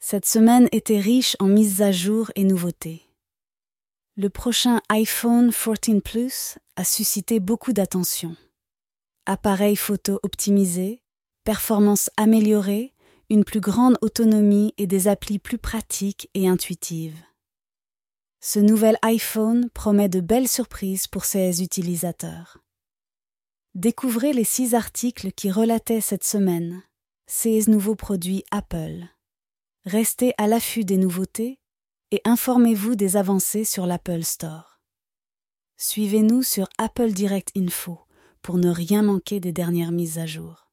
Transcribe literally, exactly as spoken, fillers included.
Cette semaine était riche en mises à jour et nouveautés. Le prochain iPhone quatorze Plus a suscité beaucoup d'attention. Appareil photo optimisé, performance améliorée, une plus grande autonomie et des applis plus pratiques et intuitives. Ce nouvel iPhone promet de belles surprises pour ses utilisateurs. Découvrez les six articles qui relataient cette semaine ces nouveaux produits Apple. Restez à l'affût des nouveautés et informez-vous des avancées sur l'Apple Store. Suivez-nous sur Apple Direct Info pour ne rien manquer des dernières mises à jour.